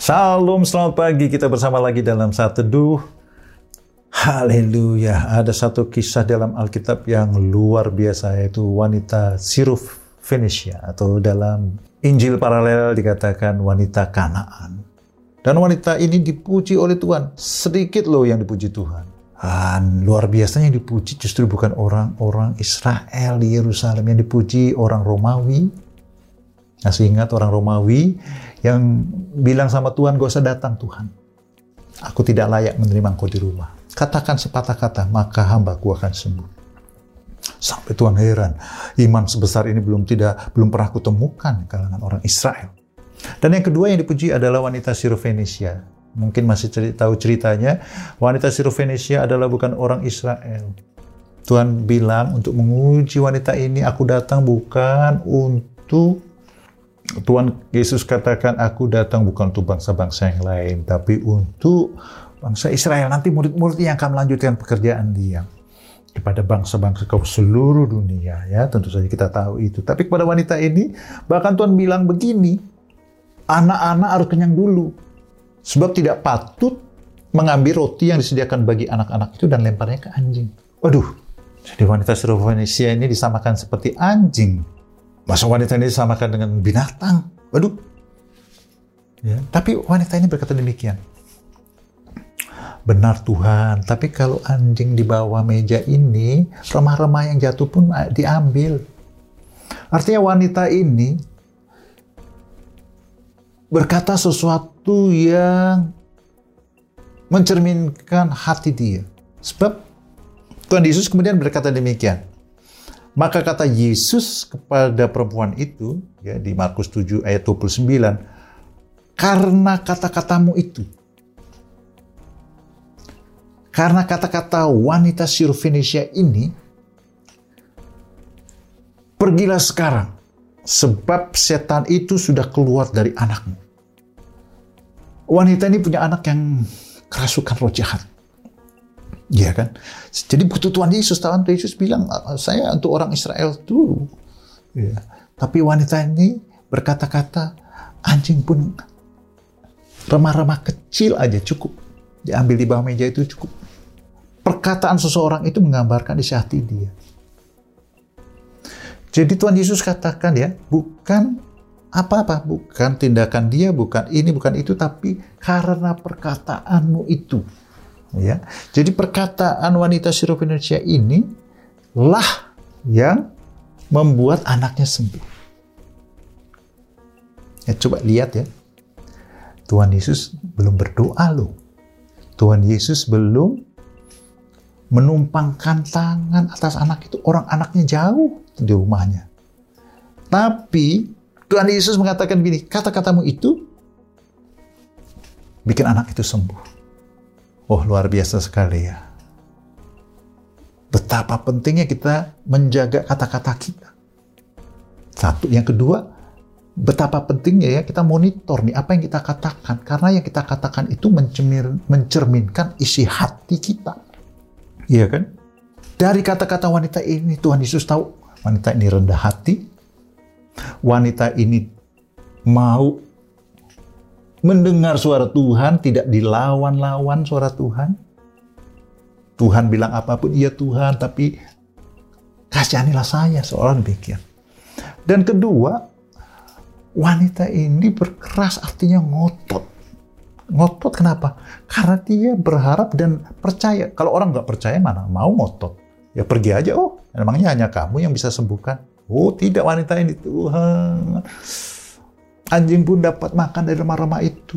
Shalom, selamat pagi. Kita bersama lagi dalam Saat Teduh. Haleluya. Ada satu kisah dalam Alkitab yang luar biasa, yaitu wanita Sirofenisia, atau dalam Injil paralel dikatakan wanita Kanaan. Dan wanita ini dipuji oleh Tuhan. Sedikit loh yang dipuji Tuhan. Dan luar biasanya yang dipuji justru bukan orang-orang Israel di Yerusalem, yang dipuji orang Romawi. Masih ingat orang Romawi yang bilang sama Tuhan, "Gak usah datang Tuhan. Aku tidak layak menerima Engkau di rumah. Katakan sepatah kata, maka hambaku akan sembuh." Sampai Tuhan heran, iman sebesar ini belum pernah kutemukan di kalangan orang Israel. Dan yang kedua yang dipuji adalah wanita Sirofenisia. Mungkin masih tahu ceritanya. Wanita Sirofenisia adalah bukan orang Israel. Tuhan bilang untuk menguji wanita ini, "Aku datang bukan untuk..." Tuhan Yesus katakan, "Aku datang bukan untuk bangsa-bangsa yang lain, tapi untuk bangsa Israel." Nanti murid-muridnya yang akan melanjutkan pekerjaan dia kepada bangsa-bangsa ke seluruh dunia. Ya, tentu saja kita tahu itu. Tapi kepada wanita ini, bahkan Tuhan bilang begini, "Anak-anak harus kenyang dulu, sebab tidak patut mengambil roti yang disediakan bagi anak-anak itu dan lemparnya ke anjing." Waduh, jadi wanita Sirofenisia ini disamakan seperti anjing. Masa wanita ini disamakan dengan binatang? Waduh. Ya, tapi wanita ini berkata demikian, "Benar Tuhan, tapi kalau anjing di bawah meja ini, remah-remah yang jatuh pun diambil." Artinya wanita ini berkata sesuatu yang mencerminkan hati dia. Sebab Tuhan Yesus kemudian berkata demikian. Maka kata Yesus kepada perempuan itu, ya, di Markus 7 ayat 29, "Karena kata-katamu itu," karena kata-kata wanita Sirofenisia ini, "Pergilah sekarang, sebab setan itu sudah keluar dari anakmu." Wanita ini punya anak yang kerasukan roh jahat. Iya kan? Jadi butuh Tuhan Yesus. Tuhan Yesus bilang, "Saya untuk orang Israel dulu." Ya. Tapi wanita ini berkata-kata, anjing pun remah-remah kecil aja cukup. Diambil di bawah meja itu cukup. Perkataan seseorang itu menggambarkan isi hati dia. Jadi Tuhan Yesus katakan, ya, bukan apa-apa, bukan tindakan dia, bukan ini, bukan itu, tapi karena perkataanmu itu. Ya, jadi perkataan wanita Sirofenisia ini lah yang membuat anaknya sembuh. Ya, coba lihat ya, Tuhan Yesus belum berdoa loh. Tuhan Yesus belum menumpangkan tangan atas anak itu. Orang anaknya jauh di rumahnya. Tapi Tuhan Yesus mengatakan gini, "Kata-katamu itu bikin anak itu sembuh." Oh, luar biasa sekali ya. Betapa pentingnya kita menjaga kata-kata kita. Satu. Yang kedua, betapa pentingnya ya kita monitor nih apa yang kita katakan. Karena yang kita katakan itu mencerminkan isi hati kita. Iya kan? Dari kata-kata wanita ini, Tuhan Yesus tahu wanita ini rendah hati. Wanita ini mau mendengar suara Tuhan, tidak dilawan-lawan suara Tuhan. Tuhan bilang apapun, "Iya Tuhan, tapi kasihanilah saya," seolah demikian. Dan kedua, wanita ini berkeras, artinya ngotot. Ngotot kenapa? Karena dia berharap dan percaya. Kalau orang nggak percaya, mana mau ngotot. Ya pergi aja, "Oh, emangnya hanya kamu yang bisa sembuhkan?" Oh tidak, wanita ini, "Tuhan, anjing pun dapat makan dari remah-remah itu."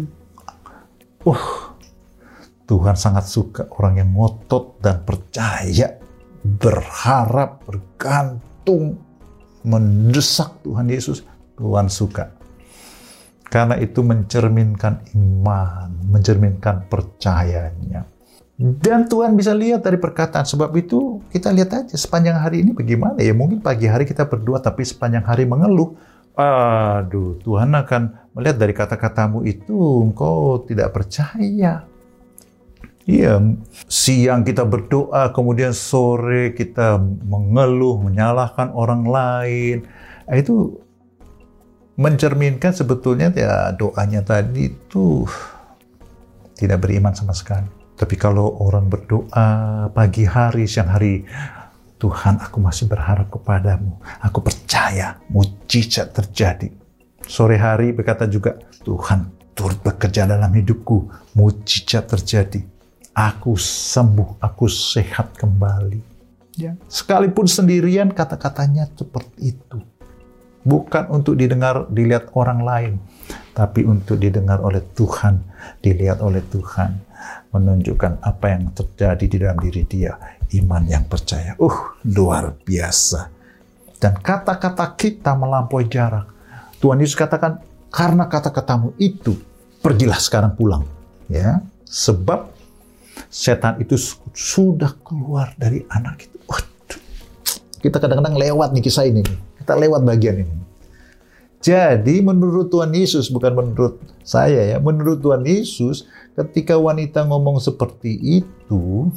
Tuhan sangat suka orang yang ngotot dan percaya, berharap, bergantung, mendesak Tuhan Yesus. Tuhan suka. Karena itu mencerminkan iman, mencerminkan percayanya. Dan Tuhan bisa lihat dari perkataan. Sebab itu kita lihat aja sepanjang hari ini bagaimana ya. Mungkin pagi hari kita berdoa, tapi sepanjang hari mengeluh. Aduh, Tuhan akan melihat dari kata-katamu itu engkau tidak percaya. Iya, siang kita berdoa, kemudian sore kita mengeluh, menyalahkan orang lain. Itu mencerminkan sebetulnya ya doanya tadi itu tidak beriman sama sekali. Tapi kalau orang berdoa pagi hari, siang hari, Tuhan, aku masih berharap kepadamu. Aku percaya mujizat terjadi. Sore hari berkata juga, Tuhan turut bekerja dalam hidupku. Mujizat terjadi. Aku sembuh, aku sehat kembali. Ya. Sekalipun sendirian kata-katanya seperti itu. Bukan untuk didengar, dilihat orang lain. Tapi untuk didengar oleh Tuhan, dilihat oleh Tuhan. Menunjukkan apa yang terjadi di dalam diri dia. Iman yang percaya. Luar biasa. Dan kata-kata kita melampaui jarak. Tuhan Yesus katakan, karena kata-katamu itu, pergilah sekarang pulang. Ya, sebab setan itu sudah keluar dari anak itu. Kita kadang-kadang lewat nih kisah ini. Kita lewat bagian ini. Jadi menurut Tuhan Yesus, bukan menurut saya ya, menurut Tuhan Yesus, ketika wanita ngomong seperti itu,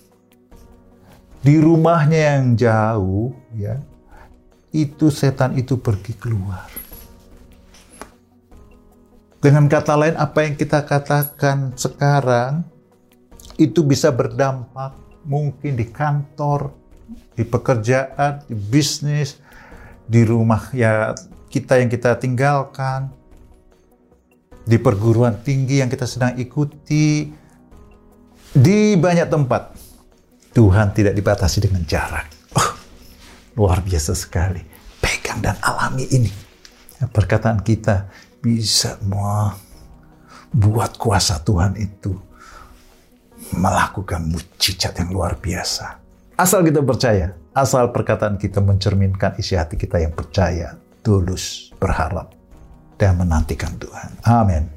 di rumahnya yang jauh, ya, itu setan itu pergi keluar. Dengan kata lain, apa yang kita katakan sekarang, itu bisa berdampak mungkin di kantor, di pekerjaan, di bisnis, di rumah ya kita yang kita tinggalkan, di perguruan tinggi yang kita sedang ikuti, di banyak tempat. Tuhan tidak dibatasi dengan jarak. Luar biasa sekali. Pegang dan alami ini. Perkataan kita bisa membuat kuasa Tuhan itu melakukan mujizat yang luar biasa. Asal kita percaya, asal perkataan kita mencerminkan isi hati kita yang percaya, tulus, berharap, dan menantikan Tuhan. Amin.